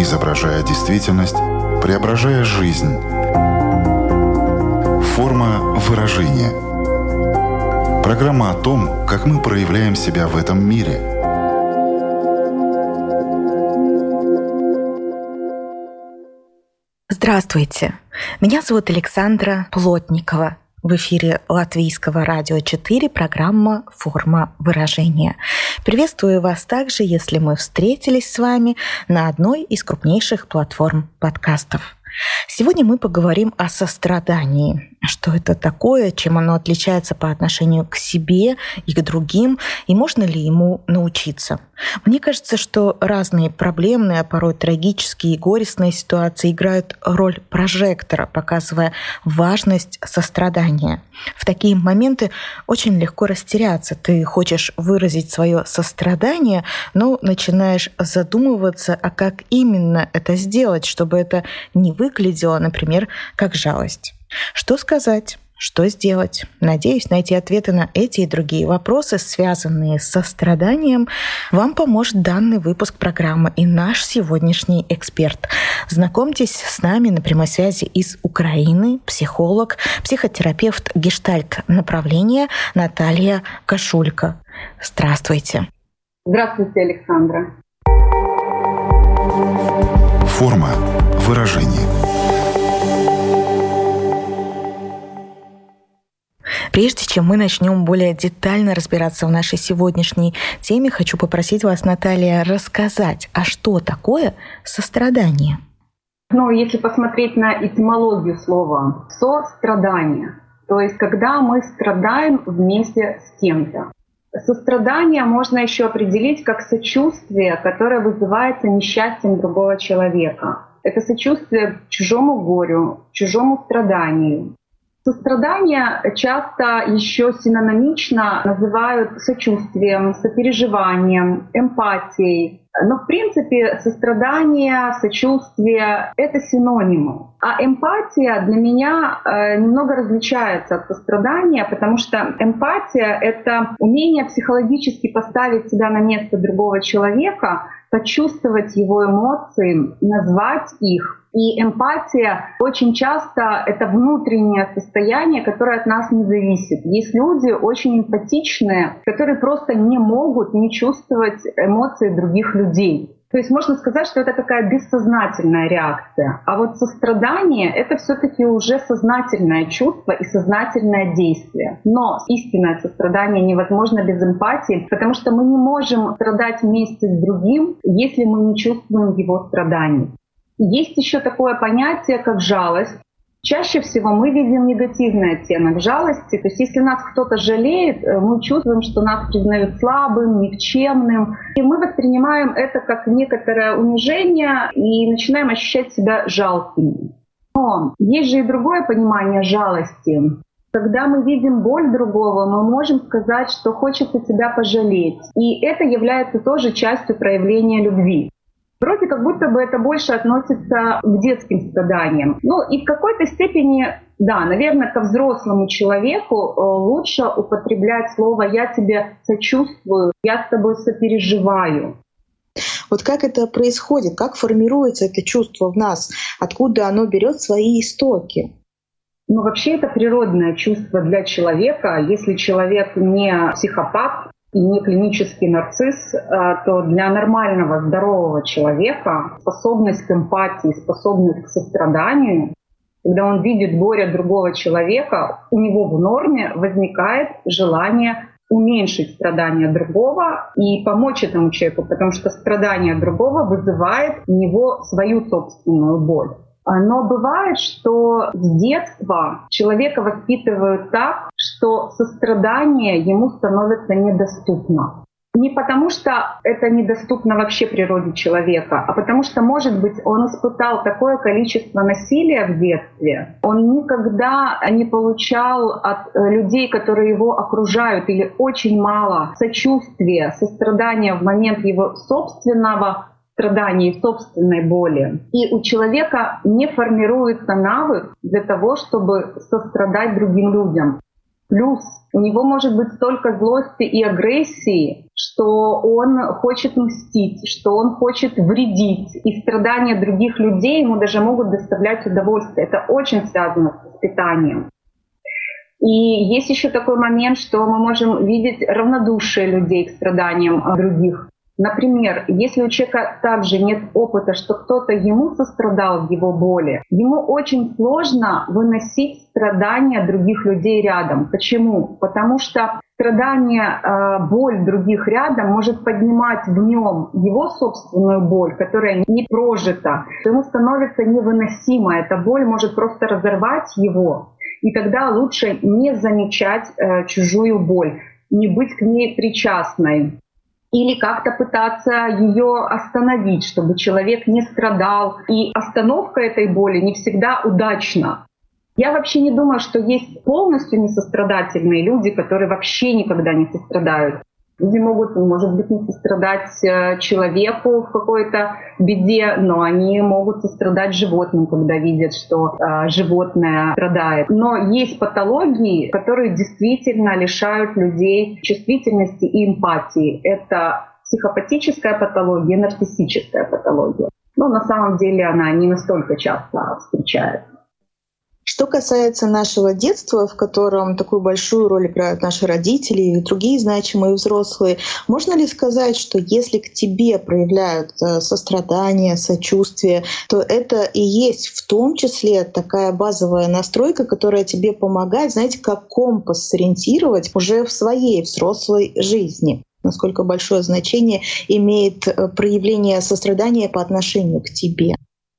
изображая действительность, преображая жизнь. Форма выражения. Программа о том, как мы проявляем себя в этом мире. Здравствуйте! Меня зовут Александра Плотникова. В эфире Латвийского радио 4 программа «Форма выражения». Приветствую вас также, если мы встретились с вами на одной из крупнейших платформ подкастов. Сегодня мы поговорим о сострадании. Что это такое, чем оно отличается по отношению к себе и к другим, и можно ли ему научиться. Мне кажется, что разные проблемные, а порой трагические и горестные ситуации играют роль прожектора, показывая важность сострадания. В такие моменты очень легко растеряться. Ты хочешь выразить свое сострадание, но начинаешь задумываться, а как именно это сделать, чтобы это не выглядело, например, как жалость. Что сказать? Что сделать? Надеюсь, найти ответы на эти и другие вопросы, связанные с состраданием, вам поможет данный выпуск программы и наш сегодняшний эксперт. Знакомьтесь с нами на прямой связи из Украины психолог, психотерапевт гештальт-направления Наталья Кашулько. Здравствуйте. Здравствуйте, Александра. Форма выражения. Прежде чем мы начнем более детально разбираться в нашей сегодняшней теме, хочу попросить вас, Наталья, рассказать, а что такое сострадание? Если посмотреть на этимологию слова «сострадание», то есть когда мы страдаем вместе с кем-то. Сострадание можно еще определить как сочувствие, которое вызывается несчастьем другого человека. Это сочувствие к чужому горю, чужому страданию. Сострадание часто еще синонимично называют сочувствием, сопереживанием, эмпатией. Но в принципе сострадание, сочувствие — это синонимы. А эмпатия для меня немного различается от сострадания, потому что эмпатия — это умение психологически поставить себя на место другого человека, почувствовать его эмоции, назвать их. И эмпатия очень часто — это внутреннее состояние, которое от нас не зависит. Есть люди очень эмпатичные, которые просто не могут не чувствовать эмоции других людей. То есть можно сказать, что это такая бессознательная реакция. А вот сострадание — это все-таки уже сознательное чувство и сознательное действие. Но истинное сострадание невозможно без эмпатии, потому что мы не можем страдать вместе с другим, если мы не чувствуем его страданий. Есть еще такое понятие, как жалость. Чаще всего мы видим негативный оттенок жалости. То есть если нас кто-то жалеет, мы чувствуем, что нас признают слабым, никчемным. И мы воспринимаем это как некоторое унижение и начинаем ощущать себя жалкими. Но есть же и другое понимание жалости. Когда мы видим боль другого, мы можем сказать, что хочется тебя пожалеть. И это является тоже частью проявления любви. Вроде как будто бы это больше относится к детским страданиям. И в какой-то степени, да, наверное, ко взрослому человеку лучше употреблять слово «я тебе сочувствую», «я с тобой сопереживаю». Вот как это происходит, как формируется это чувство в нас, откуда оно берет свои истоки? Вообще это природное чувство для человека. Если человек не психопат и не клинический нарцисс, то для нормального, здорового человека способность к эмпатии, способность к состраданию, когда он видит горе другого человека, у него в норме возникает желание уменьшить страдания другого и помочь этому человеку, потому что страдание другого вызывает у него свою собственную боль. Но бывает, что с детства человека воспитывают так, что сострадание ему становится недоступно. Не потому, что это недоступно вообще природе человека, а потому что, может быть, он испытал такое количество насилия в детстве, он никогда не получал от людей, которые его окружают, или очень мало сочувствия, сострадания в момент его собственного страданий, собственной боли. И у человека не формируется навык для того, чтобы сострадать другим людям. Плюс у него может быть столько злости и агрессии, что он хочет мстить, что он хочет вредить. И страдания других людей ему даже могут доставлять удовольствие. Это очень связано с воспитанием. И есть еще такой момент, что мы можем видеть равнодушие людей к страданиям других. Например, если у человека также нет опыта, что кто-то ему сострадал в его боли, ему очень сложно выносить страдания других людей рядом. Почему? Потому что страдание, боль других рядом может поднимать в нем его собственную боль, которая не прожита. Ему становится невыносимо. Эта боль может просто разорвать его. И тогда лучше не замечать чужую боль, не быть к ней причастной. Или как-то пытаться ее остановить, чтобы человек не страдал. И остановка этой боли не всегда удачна. Я вообще не думаю, что есть полностью несострадательные люди, которые вообще никогда не сострадают. Люди могут, может быть, не сострадать человеку в какой-то беде, но они могут сострадать животным, когда видят, что животное страдает. Но есть патологии, которые действительно лишают людей чувствительности и эмпатии. Это психопатическая патология, нарциссическая патология. Но на самом деле она не настолько часто встречается. Что касается нашего детства, в котором такую большую роль играют наши родители и другие значимые взрослые, можно ли сказать, что если к тебе проявляют сострадание, сочувствие, то это и есть в том числе такая базовая настройка, которая тебе помогает, знаете, как компас сориентировать уже в своей взрослой жизни? Насколько большое значение имеет проявление сострадания по отношению к тебе?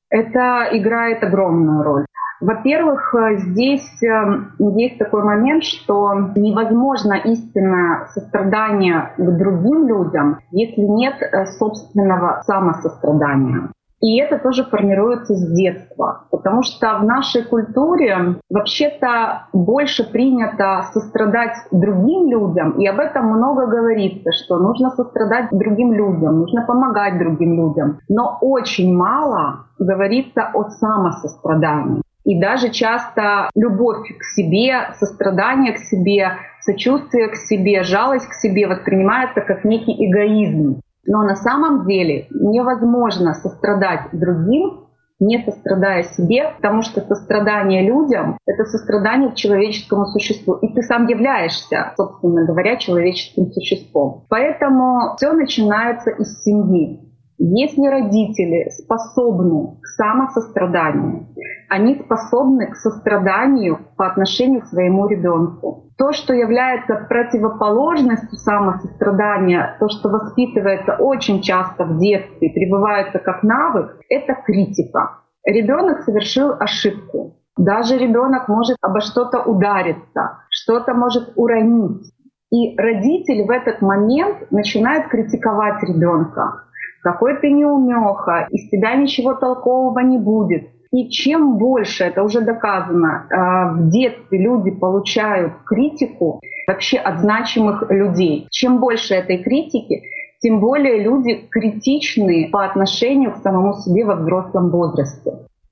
Это играет огромную роль. Во-первых, здесь есть такой момент, что невозможно истинное сострадание к другим людям, если нет собственного самосострадания. И это тоже формируется с детства, потому что в нашей культуре вообще-то больше принято сострадать другим людям, и об этом много говорится, что нужно сострадать другим людям, нужно помогать другим людям. Но очень мало говорится о самосострадании. И даже часто любовь к себе, сострадание к себе, сочувствие к себе, жалость к себе воспринимается как некий эгоизм. Но на самом деле невозможно сострадать другим, не сострадая себе, потому что сострадание людям — это сострадание к человеческому существу. И ты сам являешься, собственно говоря, человеческим существом. Поэтому все начинается из семьи. Если родители способны к самосостраданию, они способны к состраданию по отношению к своему ребенку. То, что является противоположностью самосострадания, то, что воспитывается очень часто в детстве, прививается как навык, это критика. Ребенок совершил ошибку. Даже ребенок может обо что-то удариться, что-то может уронить. И родитель в этот момент начинает критиковать ребенка. Какой ты неумеха, из тебя ничего толкового не будет. И чем больше, это уже доказано, в детстве люди получают критику вообще от значимых людей. Чем больше этой критики, тем более люди критичны по отношению к самому себе во взрослом возрасте.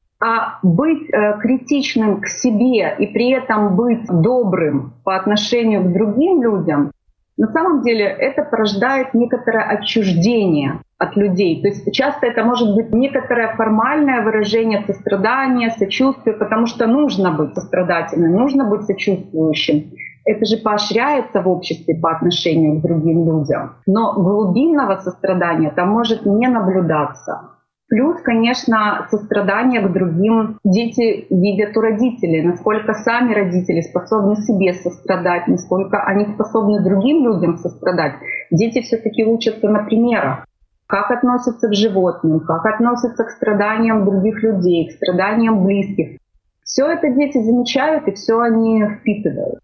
А быть критичным к себе и при этом быть добрым по отношению к другим людям, на самом деле это порождает некоторое отчуждение от людей. То есть часто это может быть некоторое формальное выражение сострадания, сочувствия, потому что нужно быть сострадательным, нужно быть сочувствующим. Это же поощряется в обществе по отношению к другим людям. Но глубинного сострадания там может не наблюдаться. Плюс, конечно, сострадание к другим дети видят у родителей, насколько сами родители способны себе сострадать, насколько они способны другим людям сострадать. Дети все-таки учатся на примерах. Как относятся к животным, как относятся к страданиям других людей, к страданиям близких. Все это дети замечают и все они впитывают.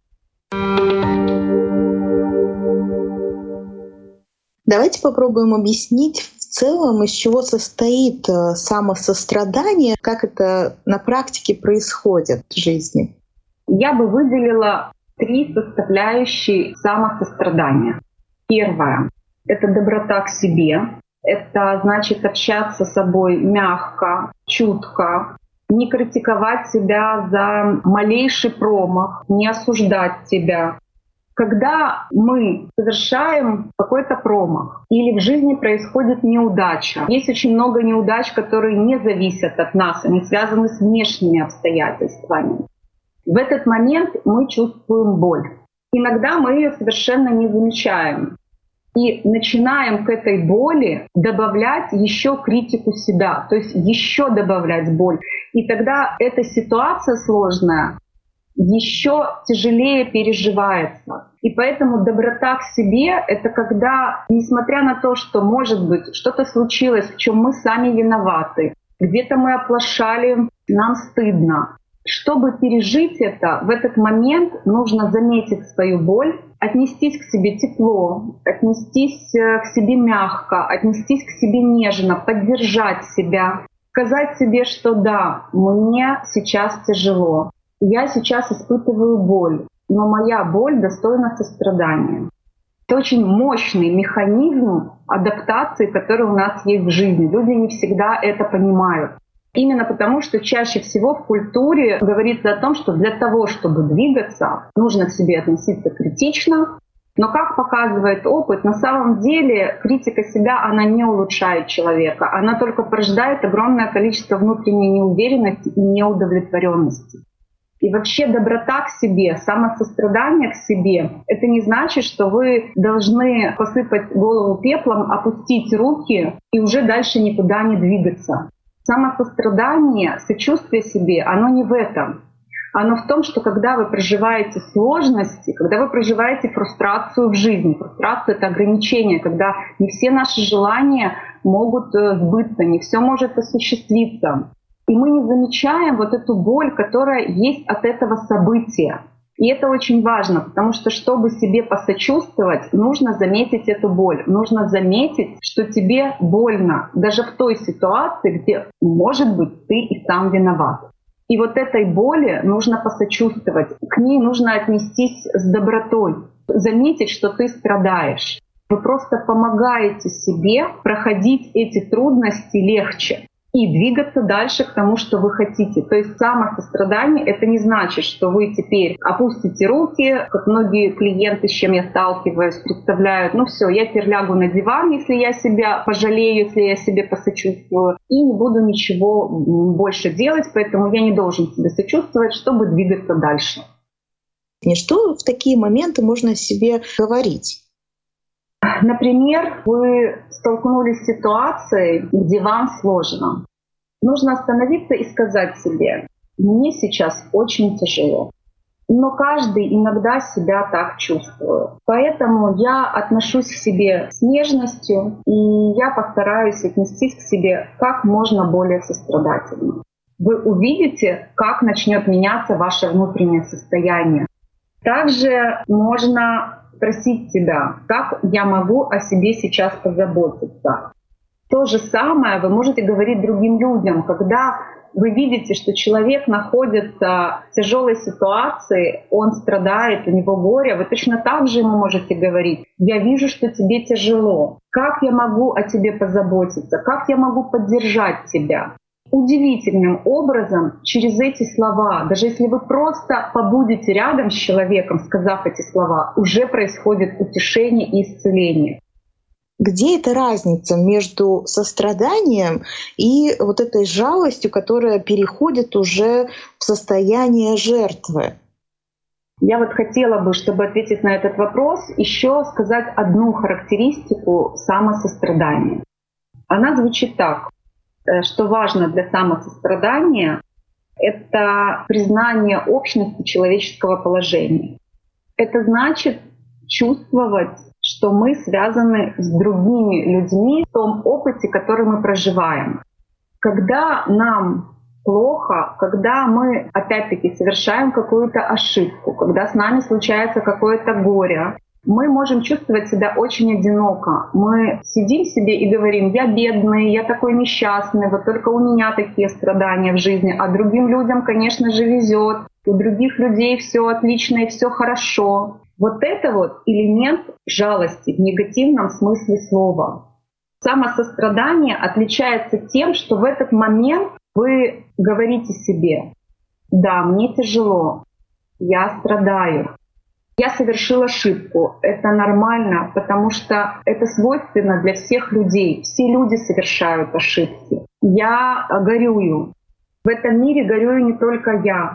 Давайте попробуем объяснить в целом, из чего состоит самосострадание, как это на практике происходит в жизни. Я бы выделила 3 составляющие самосострадания. Первое — это доброта к себе. Это значит общаться с собой мягко, чутко, не критиковать себя за малейший промах, не осуждать себя. Когда мы совершаем какой-то промах или в жизни происходит неудача, есть очень много неудач, которые не зависят от нас, они связаны с внешними обстоятельствами. В этот момент мы чувствуем боль. Иногда мы ее совершенно не замечаем. И начинаем к этой боли добавлять еще критику себя, то есть еще добавлять боль. И тогда эта ситуация сложная еще тяжелее переживается. И поэтому доброта к себе — это когда, несмотря на то, что, может быть, что-то случилось, в чем мы сами виноваты, где-то мы оплошали, нам стыдно. Чтобы пережить это, в этот момент нужно заметить свою боль, отнестись к себе тепло, отнестись к себе мягко, отнестись к себе нежно, поддержать себя, сказать себе, что да, мне сейчас тяжело. Я сейчас испытываю боль, но моя боль достойна сострадания. Это очень мощный механизм адаптации, который у нас есть в жизни. Люди не всегда это понимают. Именно потому, что чаще всего в культуре говорится о том, что для того, чтобы двигаться, нужно к себе относиться критично. Но, как показывает опыт, на самом деле критика себя, она не улучшает человека. Она только порождает огромное количество внутренней неуверенности и неудовлетворенности. И вообще доброта к себе, самосострадание к себе — это не значит, что вы должны посыпать голову пеплом, опустить руки и уже дальше никуда не двигаться. Самосострадание, сочувствие себе, оно не в этом. Оно в том, что когда вы проживаете сложности, когда вы проживаете фрустрацию в жизни, фрустрацию — это ограничение, когда не все наши желания могут сбыться, не все может осуществиться. И мы не замечаем вот эту боль, которая есть от этого события. И это очень важно, потому что, чтобы себе посочувствовать, нужно заметить эту боль. Нужно заметить, что тебе больно, даже в той ситуации, где, может быть, ты и сам виноват. И вот этой боли нужно посочувствовать. К ней нужно отнестись с добротой, заметить, что ты страдаешь. Вы просто помогаете себе проходить эти трудности легче и двигаться дальше к тому, что вы хотите. То есть самосострадание — это не значит, что вы теперь опустите руки, как многие клиенты, с чем я сталкиваюсь, представляют: ну все, я теперь лягу на диван, если я себя пожалею, если я себе посочувствую, и не буду ничего больше делать, поэтому я не должен себе сочувствовать, чтобы двигаться дальше. И что в такие моменты можно себе говорить? Например, вы столкнулись с ситуацией, где вам сложно. Нужно остановиться и сказать себе: мне сейчас очень тяжело, но каждый иногда себя так чувствует. Поэтому я отношусь к себе с нежностью, и я постараюсь отнестись к себе как можно более сострадательно. Вы увидите, как начнет меняться ваше внутреннее состояние. Также можно спросить себя: как я могу о себе сейчас позаботиться? То же самое вы можете говорить другим людям. Когда вы видите, что человек находится в тяжелой ситуации, он страдает, у него горе, вы точно так же ему можете говорить: я вижу, что тебе тяжело. Как я могу о тебе позаботиться? Как я могу поддержать тебя? Удивительным образом через эти слова, даже если вы просто побудете рядом с человеком, сказав эти слова, уже происходит утешение и исцеление. Где эта разница между состраданием и вот этой жалостью, которая переходит уже в состояние жертвы? Я вот хотела бы, чтобы ответить на этот вопрос, еще сказать одну характеристику самосострадания. Она звучит так: что важно для самосострадания — это признание общности человеческого положения. Это значит чувствовать, что мы связаны с другими людьми в том опыте, который мы проживаем. Когда нам плохо, когда мы, опять-таки, совершаем какую-то ошибку, когда с нами случается какое-то горе, мы можем чувствовать себя очень одиноко. Мы сидим себе и говорим: я бедный, я такой несчастный, вот только у меня такие страдания в жизни, а другим людям, конечно же, везет, у других людей все отлично и все хорошо. Вот это вот элемент жалости в негативном смысле слова. Самосострадание отличается тем, что в этот момент вы говорите себе: да, мне тяжело, я страдаю, Я совершил ошибку. Это нормально, потому что это свойственно для всех людей. Все люди совершают ошибки. Я горюю. В этом мире горюю не только я.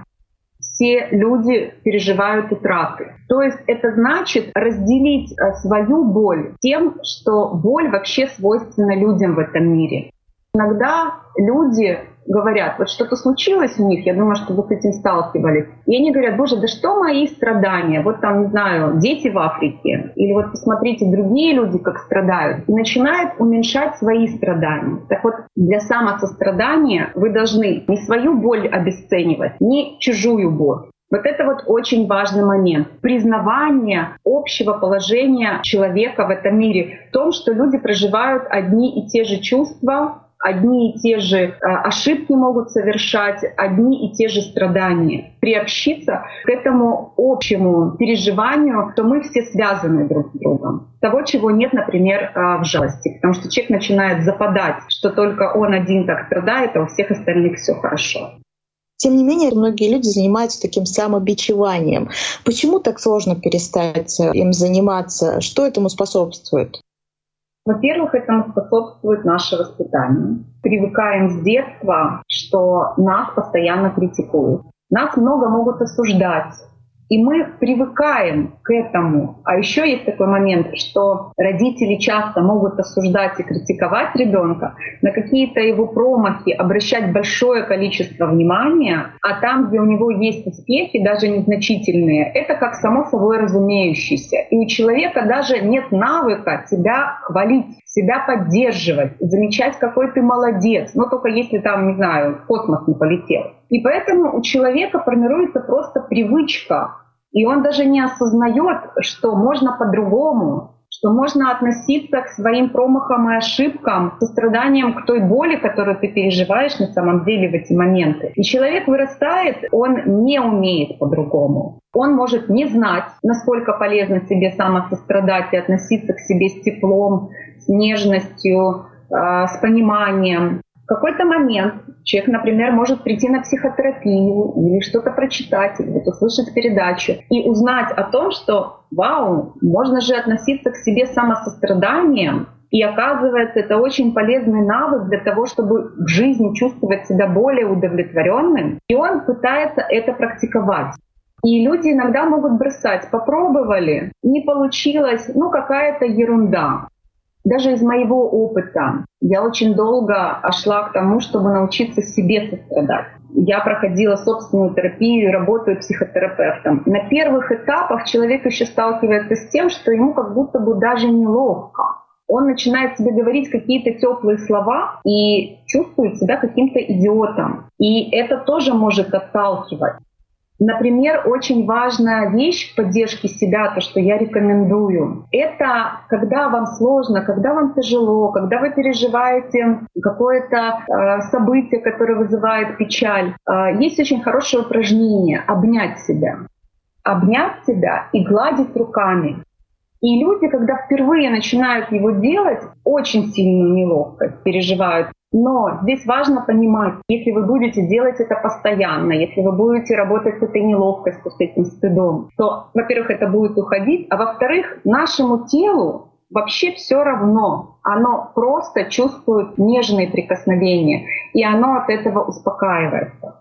Все люди переживают утраты. То есть это значит разделить свою боль тем, что боль вообще свойственна людям в этом мире. Иногда люди говорят, вот что-то случилось у них, я думаю, что вы с этим сталкивались, и они говорят: боже, да что мои страдания, вот там, не знаю, дети в Африке, или вот посмотрите, другие люди как страдают, и начинают уменьшать свои страдания. Так вот, для самосострадания вы должны не свою боль обесценивать, не чужую боль. Вот это вот очень важный момент. Признавание общего положения человека в этом мире, в том, что люди проживают одни и те же чувства, одни и те же ошибки могут совершать, одни и те же страдания. Приобщиться к этому общему переживанию, что мы все связаны друг с другом. Того, чего нет, например, в жалости. Потому что человек начинает западать, что только он один так страдает, а у всех остальных все хорошо. Тем не менее, многие люди занимаются таким самобичеванием. Почему так сложно перестать им заниматься? Что этому способствует? Во-первых, этому способствует наше воспитание. Привыкаем с детства, что нас постоянно критикуют. Нас много могут осуждать. И мы привыкаем к этому. А еще есть такой момент, что родители часто могут осуждать и критиковать ребенка, на какие-то его промахи обращать большое количество внимания, а там, где у него есть успехи, даже незначительные, это как само собой разумеющееся. И у человека даже нет навыка себя хвалить, себя поддерживать, замечать, какой ты молодец, но только если там, не знаю, в космос не полетел. И поэтому у человека формируется просто привычка, и он даже не осознает, что можно по-другому, что можно относиться к своим промахам и ошибкам с состраданием к той боли, которую ты переживаешь на самом деле в эти моменты. И человек вырастает, он не умеет по-другому. Он может не знать, насколько полезно себе самосострадать и относиться к себе с теплом, с нежностью, с пониманием. В какой-то момент человек, например, может прийти на психотерапию или что-то прочитать, или услышать передачу и узнать о том, что вау, можно же относиться к себе с самосостраданием. И оказывается, это очень полезный навык для того, чтобы в жизни чувствовать себя более удовлетворенным. И он пытается это практиковать. И люди иногда могут бросать. Попробовали, не получилось, какая-то ерунда. Даже из моего опыта я очень долго шла к тому, чтобы научиться себе сострадать. Я проходила собственную терапию и работаю психотерапевтом. На первых этапах человек еще сталкивается с тем, что ему как будто бы даже неловко. Он начинает себе говорить какие-то теплые слова и чувствует себя каким-то идиотом. И это тоже может отталкивать. Например, очень важная вещь в поддержке себя, то, что я рекомендую, это когда вам сложно, когда вам тяжело, когда вы переживаете какое-то событие, которое вызывает печаль. Есть очень хорошее упражнение — обнять себя. Обнять себя и гладить руками. И люди, когда впервые начинают его делать, очень сильную неловкость переживают. Но здесь важно понимать, если вы будете делать это постоянно, если вы будете работать с этой неловкостью, с этим стыдом, то, во-первых, это будет уходить, а во-вторых, нашему телу вообще все равно. Оно просто чувствует нежные прикосновения, и оно от этого успокаивается.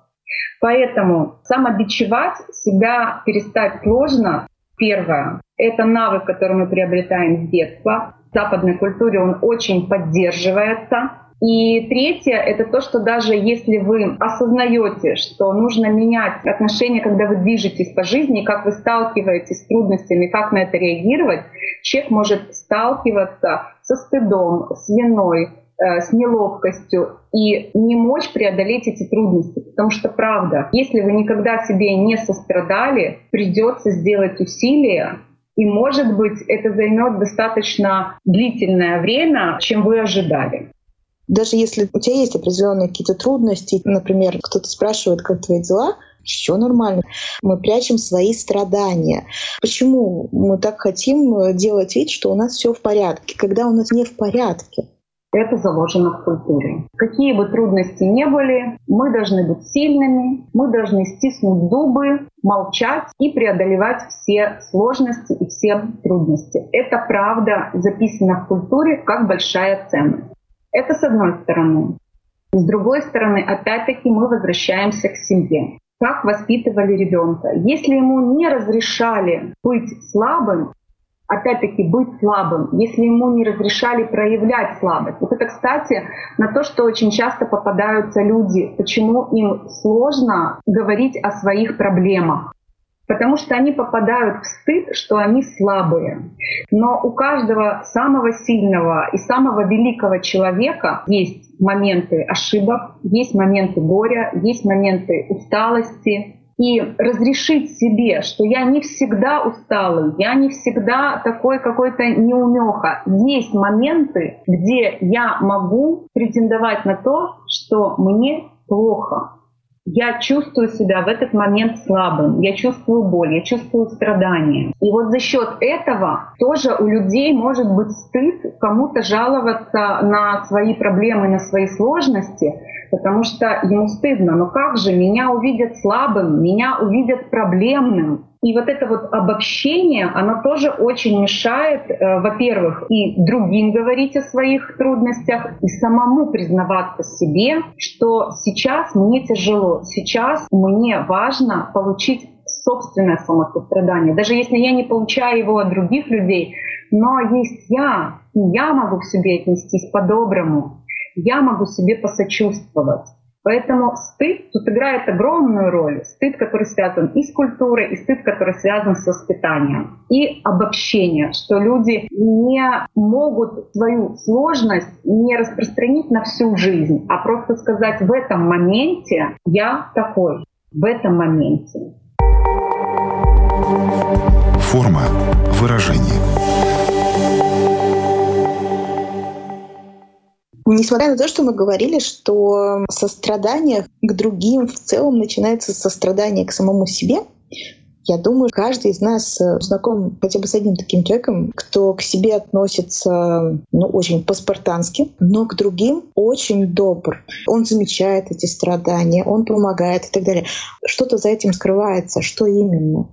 Поэтому самобичевать себя перестать сложно. Первое — это навык, который мы приобретаем с детства. В западной культуре он очень поддерживается. И третье — это то, что даже если вы осознаете, что нужно менять отношения, когда вы движетесь по жизни, как вы сталкиваетесь с трудностями, как на это реагировать, человек может сталкиваться со стыдом, с виной, с неловкостью и не мочь преодолеть эти трудности. Потому что, правда, если вы никогда себе не сострадали, придется сделать усилия, и, может быть, это займет достаточно длительное время, чем вы ожидали. Даже если у тебя есть определенные какие-то трудности, например, кто-то спрашивает, как твои дела, все нормально. Мы прячем свои страдания. Почему мы так хотим делать вид, что у нас все в порядке, когда у нас не в порядке? Это заложено в культуре. Какие бы трудности ни были, мы должны быть сильными, мы должны стиснуть зубы, молчать и преодолевать все сложности и все трудности. Это правда записано в культуре как большая ценность. Это с одной стороны. С другой стороны, опять-таки, мы возвращаемся к семье. Как воспитывали ребенка? Если ему не разрешали быть слабым, опять-таки быть слабым, если ему не разрешали проявлять слабость. Вот это, кстати, на то, что очень часто попадаются люди, почему им сложно говорить о своих проблемах. Потому что они попадают в стыд, что они слабые. Но у каждого самого сильного и самого великого человека есть моменты ошибок, есть моменты горя, есть моменты усталости. И разрешить себе, что я не всегда усталый, я не всегда такой какой-то неумеха. Есть моменты, где я могу претендовать на то, что мне плохо. Я чувствую себя в этот момент слабым, я чувствую боль, я чувствую страдания. И вот за счет этого тоже у людей может быть стыд кому-то жаловаться на свои проблемы, на свои сложности, потому что ему стыдно. Но как же, меня увидят слабым, меня увидят проблемным. И вот это вот обобщение, оно тоже очень мешает, во-первых, и другим говорить о своих трудностях, и самому признаваться себе, что сейчас мне тяжело, сейчас мне важно получить собственное самосострадание. Даже если я не получаю его от других людей, но есть я, и я могу к себе отнестись по-доброму, я могу себе посочувствовать. Поэтому стыд тут играет огромную роль. Стыд, который связан и с культурой, и стыд, который связан с воспитанием. И обобщение, что люди не могут свою сложность не распространить на всю жизнь, а просто сказать: в этом моменте я такой, в этом моменте. Форма выражения. Несмотря на то, что мы говорили, что сострадание к другим в целом начинается с сострадания к самому себе, я думаю, каждый из нас знаком хотя бы с одним таким человеком, кто к себе относится очень по-спартански, но к другим очень добр. Он замечает эти страдания, он помогает и так далее. Что-то за этим скрывается. Что именно?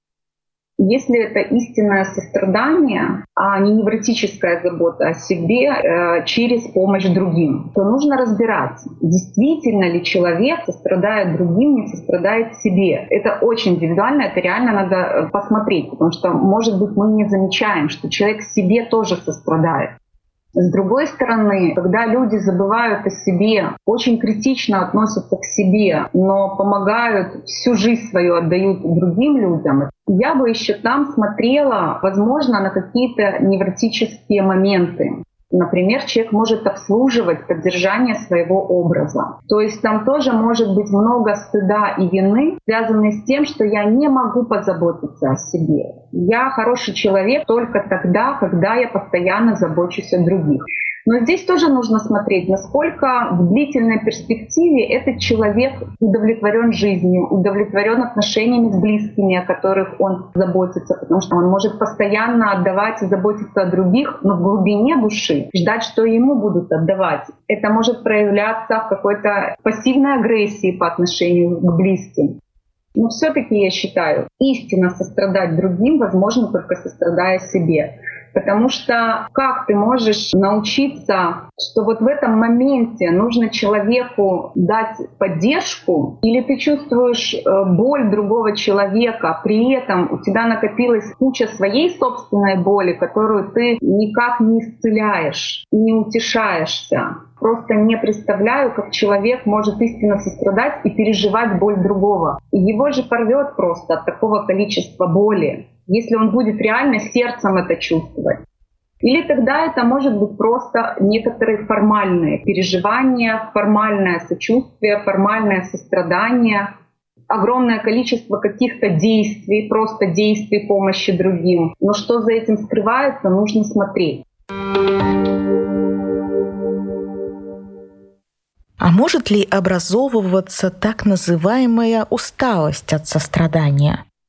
Если это истинное сострадание, а не невротическая забота о себе через помощь другим, то нужно разбирать, действительно ли человек сострадает другим, не сострадает себе. Это очень индивидуально, это реально надо посмотреть, потому что, может быть, мы не замечаем, что человек себе тоже сострадает. С другой стороны, когда люди забывают о себе, очень критично относятся к себе, но помогают, всю жизнь свою отдают другим людям, я бы еще там смотрела, возможно, на какие-то невротические моменты. Например, человек может обслуживать поддержание своего образа. То есть там тоже может быть много стыда и вины, связанные с тем, что я не могу позаботиться о себе. Я хороший человек только тогда, когда я постоянно забочусь о других. Но здесь тоже нужно смотреть, насколько в длительной перспективе этот человек удовлетворен жизнью, удовлетворен отношениями с близкими, о которых он заботится, потому что он может постоянно отдавать и заботиться о других, но в глубине души ждать, что ему будут отдавать. Это может проявляться в какой-то пассивной агрессии по отношению к близким. Но все-таки я считаю, истинно сострадать другим возможно только сострадая себе. Потому что как ты можешь научиться, что вот в этом моменте нужно человеку дать поддержку, или ты чувствуешь боль другого человека, при этом у тебя накопилась куча своей собственной боли, которую ты никак не исцеляешь, не утешаешься. Просто не представляю, как человек может истинно сострадать и переживать боль другого. И его же порвет просто от такого количества боли, если он будет реально сердцем это чувствовать. Или тогда это может быть просто некоторые формальные переживания, формальное сочувствие, формальное сострадание, огромное количество каких-то действий, просто действий помощи другим. Но что за этим скрывается, нужно смотреть. А может ли образовываться так называемая усталость от сострадания?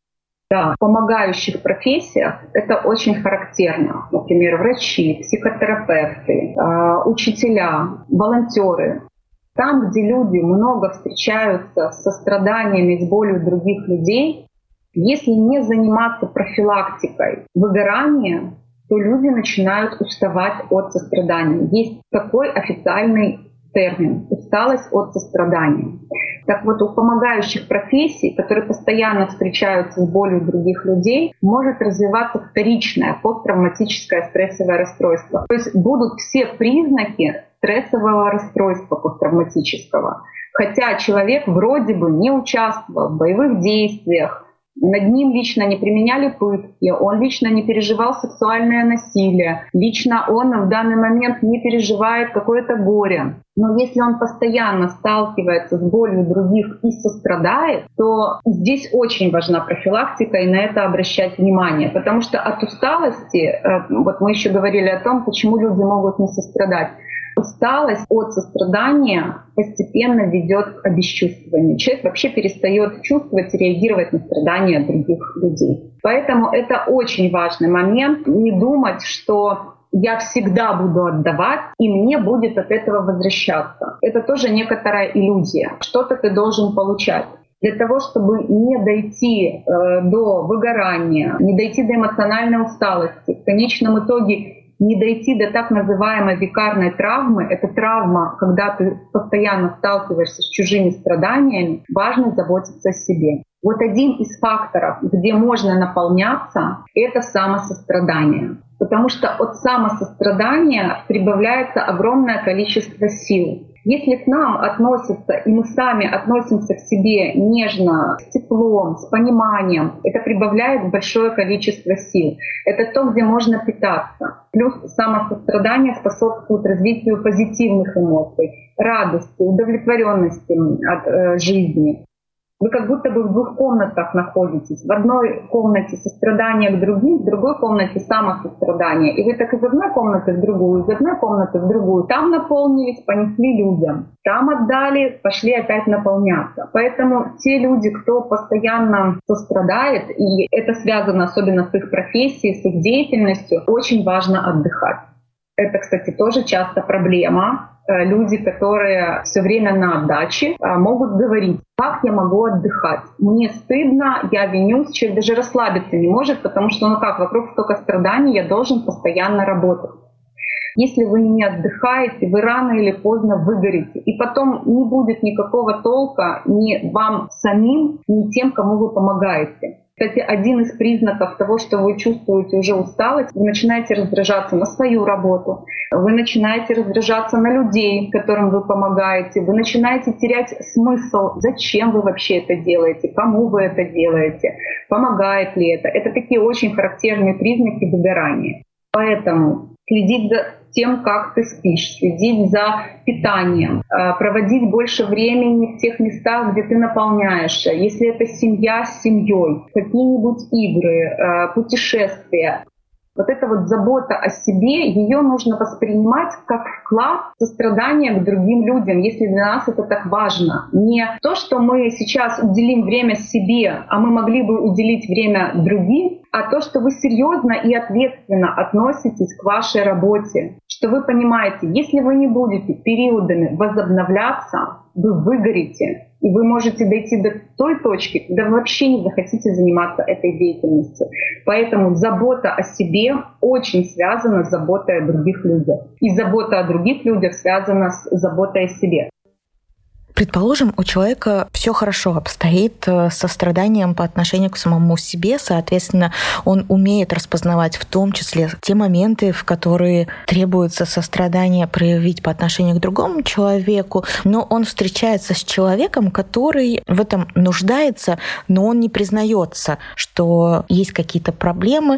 Да, в помогающих профессиях это очень характерно. Например, врачи, психотерапевты, учителя, волонтеры. Там, где люди много встречаются с состраданием и с болью других людей, если не заниматься профилактикой выгорания, то люди начинают уставать от сострадания. Есть такой официальный термин — усталость от сострадания. Так вот, у помогающих профессий, которые постоянно встречаются с болью других людей, может развиваться вторичное посттравматическое стрессовое расстройство. То есть будут все признаки стрессового расстройства посттравматического. Хотя человек вроде бы не участвовал в боевых действиях, над ним лично не применяли пытки, он лично не переживал сексуальное насилие, лично он в данный момент не переживает какое-то горе. Но если он постоянно сталкивается с болью других и сострадает, то здесь очень важна профилактика и на это обращать внимание. Потому что от усталости, вот мы еще говорили о том, почему люди могут не сострадать. Усталость от сострадания постепенно ведет к обесчувствованию. Человек вообще перестает чувствовать и реагировать на страдания других людей. Поэтому это очень важный момент. Не думать, что я всегда буду отдавать, и мне будет от этого возвращаться. Это тоже некоторая иллюзия. Что-то ты должен получать. Для того, чтобы не дойти до выгорания, не дойти до эмоциональной усталости, в конечном итоге не дойти до так называемой викарной травмы, это травма, когда ты постоянно сталкиваешься с чужими страданиями, важно заботиться о себе. Вот один из факторов, где можно наполняться, это самосострадание. Потому что от самосострадания прибавляется огромное количество сил. Если к нам относятся, и мы сами относимся к себе нежно, с теплом, с пониманием, это прибавляет большое количество сил. Это то, где можно питаться. Плюс самосострадание способствует развитию позитивных эмоций, радости, удовлетворенности от жизни. Вы как будто бы в двух комнатах находитесь. В одной комнате сострадание к другим, в другой комнате самосострадание. И вы так из одной комнаты в другую, из одной комнаты в другую. Там наполнились, понесли людям. Там отдали, пошли опять наполняться. Поэтому те люди, кто постоянно сострадает, и это связано особенно с их профессией, с их деятельностью, очень важно отдыхать. Это, кстати, тоже часто проблема. Люди, которые все время на отдаче, могут говорить: как я могу отдыхать? Мне стыдно, я винюсь, человек даже расслабиться не может, потому что, вокруг столько страданий, я должен постоянно работать. Если вы не отдыхаете, вы рано или поздно выгорите. И потом не будет никакого толка ни вам самим, ни тем, кому вы помогаете. Кстати, один из признаков того, что вы чувствуете уже усталость, вы начинаете раздражаться на свою работу, вы начинаете раздражаться на людей, которым вы помогаете, вы начинаете терять смысл, зачем вы вообще это делаете, кому вы это делаете, помогает ли это. Это такие очень характерные признаки выгорания. Поэтому следить за тем, как ты спишь, следить за питанием, проводить больше времени в тех местах, где ты наполняешься. Если это семья, с семьей, какие-нибудь игры, путешествия. Вот эта вот забота о себе, ее нужно воспринимать как вклад сострадания к другим людям, если для нас это так важно. Не то, что мы сейчас уделим время себе, а мы могли бы уделить время другим, а то, что вы серьезно и ответственно относитесь к вашей работе. Что вы понимаете, если вы не будете периодами возобновляться, вы выгорите. И вы можете дойти до той точки, когда вы вообще не захотите заниматься этой деятельностью. Поэтому забота о себе очень связана с заботой о других людях. И забота о других людях связана с заботой о себе. Предположим, у человека все хорошо обстоит с состраданием по отношению к самому себе, соответственно, он умеет распознавать в том числе те моменты, в которые требуется сострадание проявить по отношению к другому человеку, но он встречается с человеком, который в этом нуждается, но он не признается, что есть какие-то проблемы.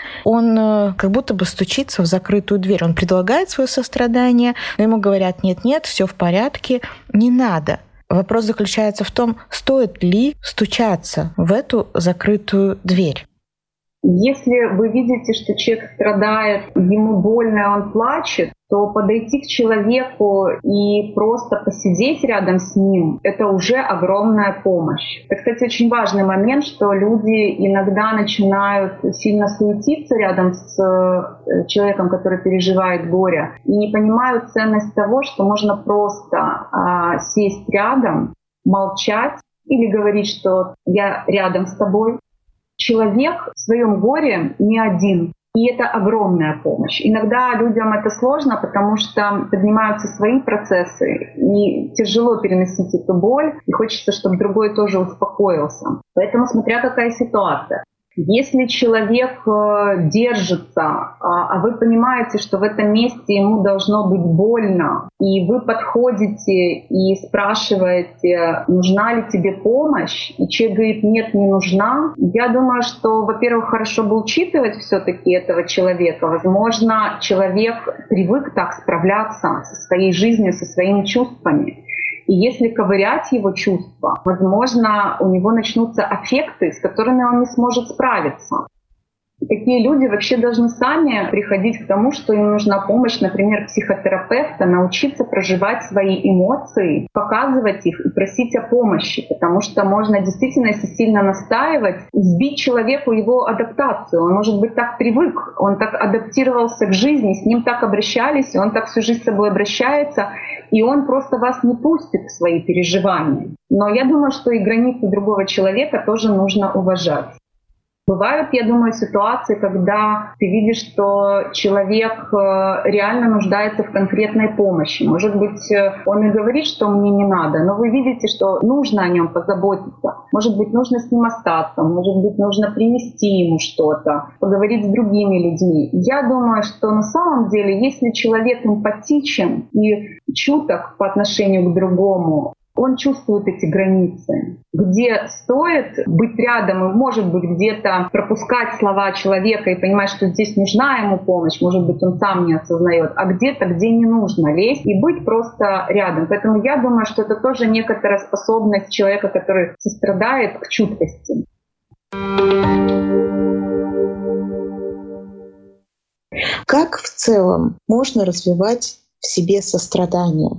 Он как будто бы стучится в закрытую дверь. Он предлагает свое сострадание, но ему говорят: нет-нет, все в порядке, не надо. Вопрос заключается в том, стоит ли стучаться в эту закрытую дверь. Если вы видите, что человек страдает, ему больно, он плачет, то подойти к человеку и просто посидеть рядом с ним — это уже огромная помощь. Это, кстати, очень важный момент, что люди иногда начинают сильно суетиться рядом с человеком, который переживает горе, и не понимают ценность того, что можно просто сесть рядом, молчать или говорить, что «я рядом с тобой». Человек в своем горе не один. И это огромная помощь. Иногда людям это сложно, потому что поднимаются свои процессы, и тяжело переносить эту боль, и хочется, чтобы другой тоже успокоился. Поэтому смотря какая ситуация. Если человек держится, а вы понимаете, что в этом месте ему должно быть больно, и вы подходите и спрашиваете, нужна ли тебе помощь, и человек говорит, нет, не нужна, я думаю, что, во-первых, хорошо бы учитывать все-таки этого человека. Возможно, человек привык так справляться со своей жизнью, со своими чувствами. И если ковырять его чувства, возможно, у него начнутся аффекты, с которыми он не сможет справиться. И такие люди вообще должны сами приходить к тому, что им нужна помощь, например, психотерапевта, научиться проживать свои эмоции, показывать их и просить о помощи, потому что можно действительно, если сильно настаивать, сбить человеку его адаптацию. Он, может быть, так привык, он так адаптировался к жизни, с ним так обращались, и он так всю жизнь с собой обращается, и он просто вас не пустит в свои переживания. Но я думаю, что и границы другого человека тоже нужно уважать. Бывают, я думаю, ситуации, когда ты видишь, что человек реально нуждается в конкретной помощи. Может быть, он и говорит, что мне не надо, но вы видите, что нужно о нем позаботиться. Может быть, нужно с ним остаться, может быть, нужно принести ему что-то, поговорить с другими людьми. Я думаю, что на самом деле, если человек эмпатичен и чуток по отношению к другому, он чувствует эти границы, где стоит быть рядом и, может быть, где-то пропускать слова человека и понимать, что здесь нужна ему помощь, может быть, он сам не осознает, а где-то, где не нужно лезть и быть просто рядом. Поэтому я думаю, что это тоже некоторая способность человека, который сострадает, к чуткости. Как в целом можно развивать в себе сострадание?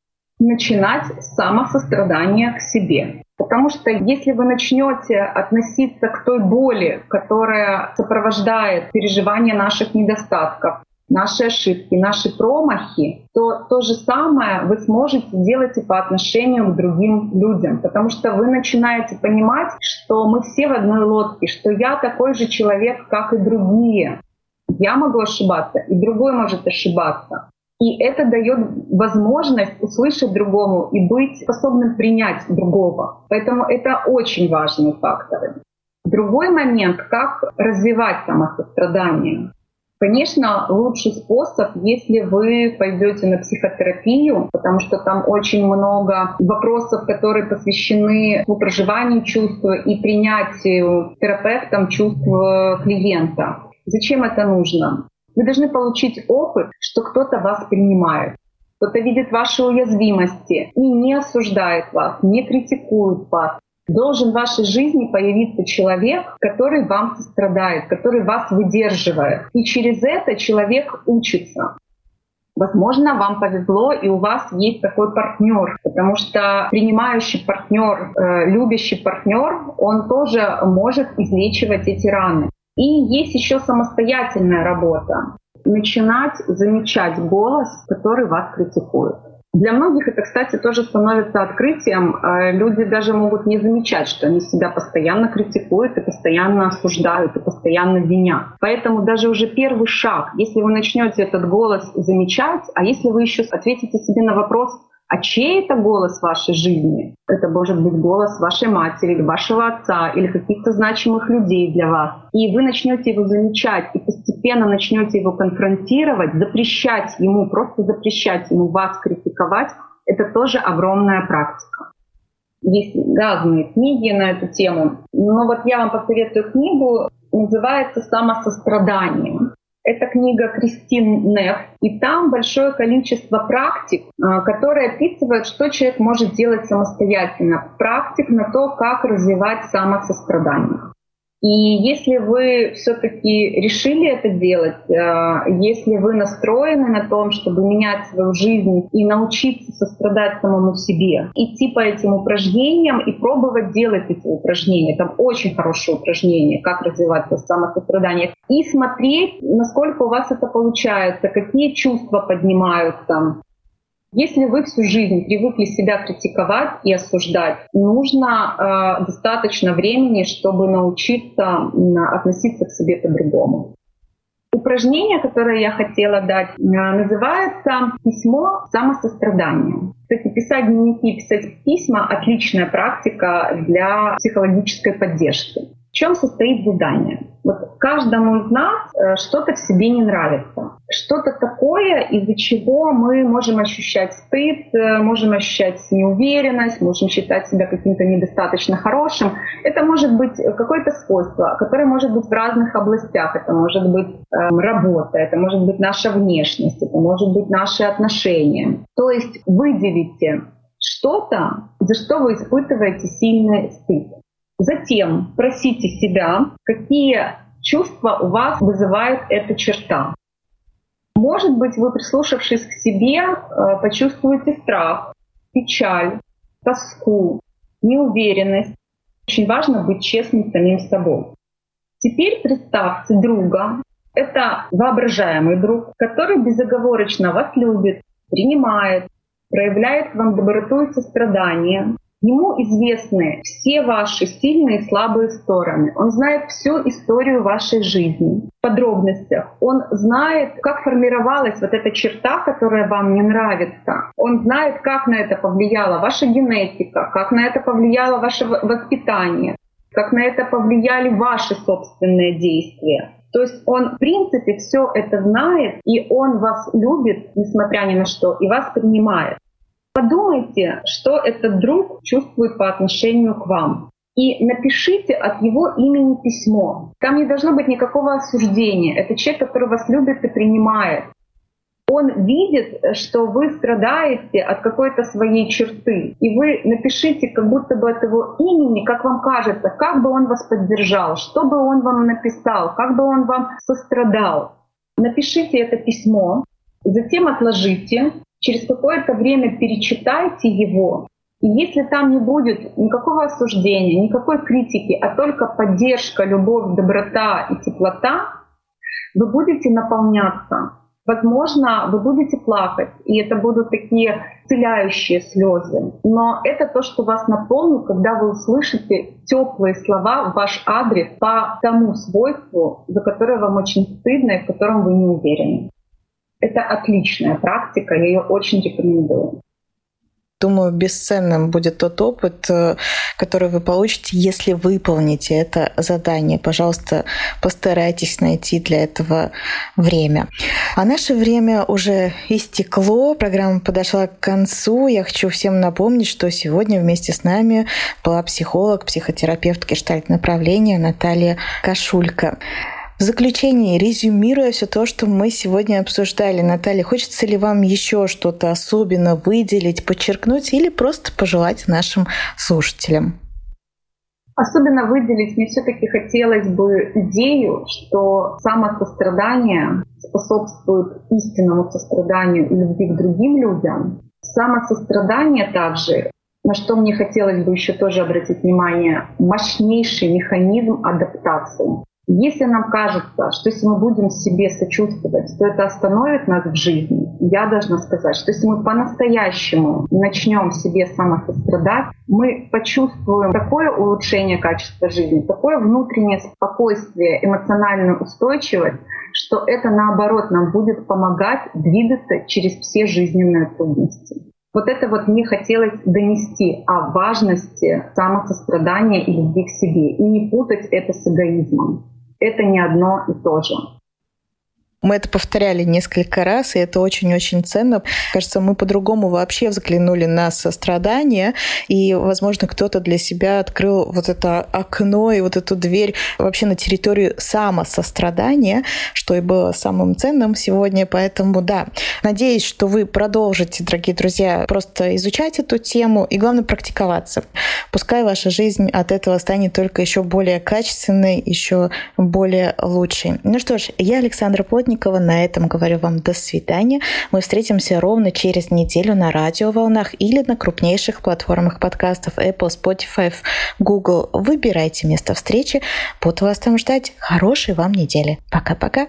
Начинать с самосострадания к себе. Потому что если вы начнете относиться к той боли, которая сопровождает переживание наших недостатков, наши ошибки, наши промахи, то же самое вы сможете делать и по отношению к другим людям. Потому что вы начинаете понимать, что мы все в одной лодке, что я такой же человек, как и другие. Я могу ошибаться, и другой может ошибаться. И это дает возможность услышать другому и быть способным принять другого. Поэтому это очень важные факторы. Другой момент, как развивать самосострадание. Конечно, лучший способ, если вы пойдете на психотерапию, потому что там очень много вопросов, которые посвящены проживанию чувств и принятию терапевтом чувств клиента. Зачем это нужно? Вы должны получить опыт, что кто-то вас принимает, кто-то видит ваши уязвимости и не осуждает вас, не критикует вас. Должен в вашей жизни появиться человек, который вам сострадает, который вас выдерживает. И через это человек учится. Возможно, вам повезло, и у вас есть такой партнер, потому что принимающий партнер, любящий партнер, он тоже может излечивать эти раны. И есть еще самостоятельная работа. Начинать замечать голос, который вас критикует. Для многих это, кстати, тоже становится открытием. Люди даже могут не замечать, что они себя постоянно критикуют и постоянно осуждают, и постоянно винят. Поэтому даже уже первый шаг, если вы начнете этот голос замечать, а если вы еще ответите себе на вопрос, а чей это голос в вашей жизни? Это может быть голос вашей матери, или вашего отца, или каких-то значимых людей для вас. И вы начнете его замечать, и постепенно начнете его конфронтировать, запрещать ему, просто запрещать ему вас критиковать. Это тоже огромная практика. Есть разные книги на эту тему. Но вот я вам посоветую книгу, называется «Самосострадание». Это книга Кристин Нефф, и там большое количество практик, которые описывают, что человек может делать самостоятельно. Практик на то, как развивать самосострадание. И если вы все-таки решили это делать, если вы настроены на том, чтобы менять свою жизнь и научиться сострадать самому себе, идти по этим упражнениям и пробовать делать эти упражнения, там очень хорошие упражнения, как развивать самосострадание, и смотреть, насколько у вас это получается, какие чувства поднимаются. Если вы всю жизнь привыкли себя критиковать и осуждать, нужно достаточно времени, чтобы научиться относиться к себе по-другому. Упражнение, которое я хотела дать, называется «Письмо самосострадания». Кстати, писать дневники, писать письма — отличная практика для психологической поддержки. В чем состоит задание? Вот каждому из нас что-то в себе не нравится. Что-то такое, из-за чего мы можем ощущать стыд, можем ощущать неуверенность, можем считать себя каким-то недостаточно хорошим. Это может быть какое-то свойство, которое может быть в разных областях. Это может быть работа, это может быть наша внешность, это может быть наши отношения. То есть выделите что-то, за что вы испытываете сильный стыд. Затем спросите себя, какие чувства у вас вызывает эта черта. Может быть, вы, прислушавшись к себе, почувствуете страх, печаль, тоску, неуверенность. Очень важно быть честным с самим собой. Теперь представьте друга. Это воображаемый друг, который безоговорочно вас любит, принимает, проявляет к вам доброту и сострадание. Ему известны все ваши сильные и слабые стороны. Он знает всю историю вашей жизни в подробностях. Он знает, как формировалась вот эта черта, которая вам не нравится. Он знает, как на это повлияла ваша генетика, как на это повлияло ваше воспитание, как на это повлияли ваши собственные действия. То есть он, в принципе, все это знает, и он вас любит, несмотря ни на что, и вас принимает. Подумайте, что этот друг чувствует по отношению к вам. И напишите от его имени письмо. Там не должно быть никакого осуждения. Это человек, который вас любит и принимает. Он видит, что вы страдаете от какой-то своей черты. И вы напишите как будто бы от его имени, как вам кажется, как бы он вас поддержал, что бы он вам написал, как бы он вам сострадал. Напишите это письмо, затем отложите. Через какое-то время перечитайте его, и если там не будет никакого осуждения, никакой критики, а только поддержка, любовь, доброта и теплота, вы будете наполняться. Возможно, вы будете плакать, и это будут такие исцеляющие слезы. Но это то, что вас наполнит, когда вы услышите теплые слова в ваш адрес по тому свойству, за которое вам очень стыдно и в котором вы не уверены. Это отличная практика, я ее очень рекомендую. Думаю, бесценным будет тот опыт, который вы получите, если выполните это задание. Пожалуйста, постарайтесь найти для этого время. А наше время уже истекло, программа подошла к концу. Я хочу всем напомнить, что сегодня вместе с нами была психолог, психотерапевт гештальт-направления Наталья Кашулько. В заключение, резюмируя все то, что мы сегодня обсуждали, Наталья, хочется ли вам еще что-то особенно выделить, подчеркнуть или просто пожелать нашим слушателям? Особенно выделить мне все-таки хотелось бы идею, что самосострадание способствует истинному состраданию и любви к другим людям. Самосострадание также, на что мне хотелось бы еще тоже обратить внимание, мощнейший механизм адаптации. Если нам кажется, что если мы будем себе сочувствовать, то это остановит нас в жизни, я должна сказать, что если мы по-настоящему начнем себе самосострадать, мы почувствуем такое улучшение качества жизни, такое внутреннее спокойствие, эмоциональную устойчивость, что это, наоборот, нам будет помогать двигаться через все жизненные трудности. Вот это вот мне хотелось донести о важности самосострадания и любви к себе, и не путать это с эгоизмом. Это не одно и то же. Мы это повторяли несколько раз, и это очень-очень ценно. Кажется, мы по-другому вообще взглянули на сострадание, и, возможно, кто-то для себя открыл вот это окно и вот эту дверь вообще на территорию самосострадания, что и было самым ценным сегодня. Поэтому, да, надеюсь, что вы продолжите, дорогие друзья, просто изучать эту тему и, главное, практиковаться. Пускай ваша жизнь от этого станет только еще более качественной, еще более лучшей. Ну что ж, я Александра Плотникова, на этом говорю вам до свидания. Мы встретимся ровно через неделю на радиоволнах или на крупнейших платформах подкастов Apple, Spotify, Google. Выбирайте место встречи. Буду вас там ждать. Хорошей вам недели. Пока-пока.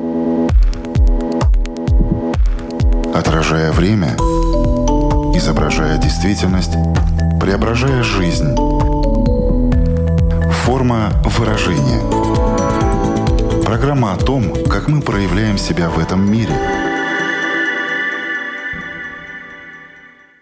Отражая время, изображая действительность, преображая жизнь. Форма выражения. Программа о том, как мы проявляем себя в этом мире –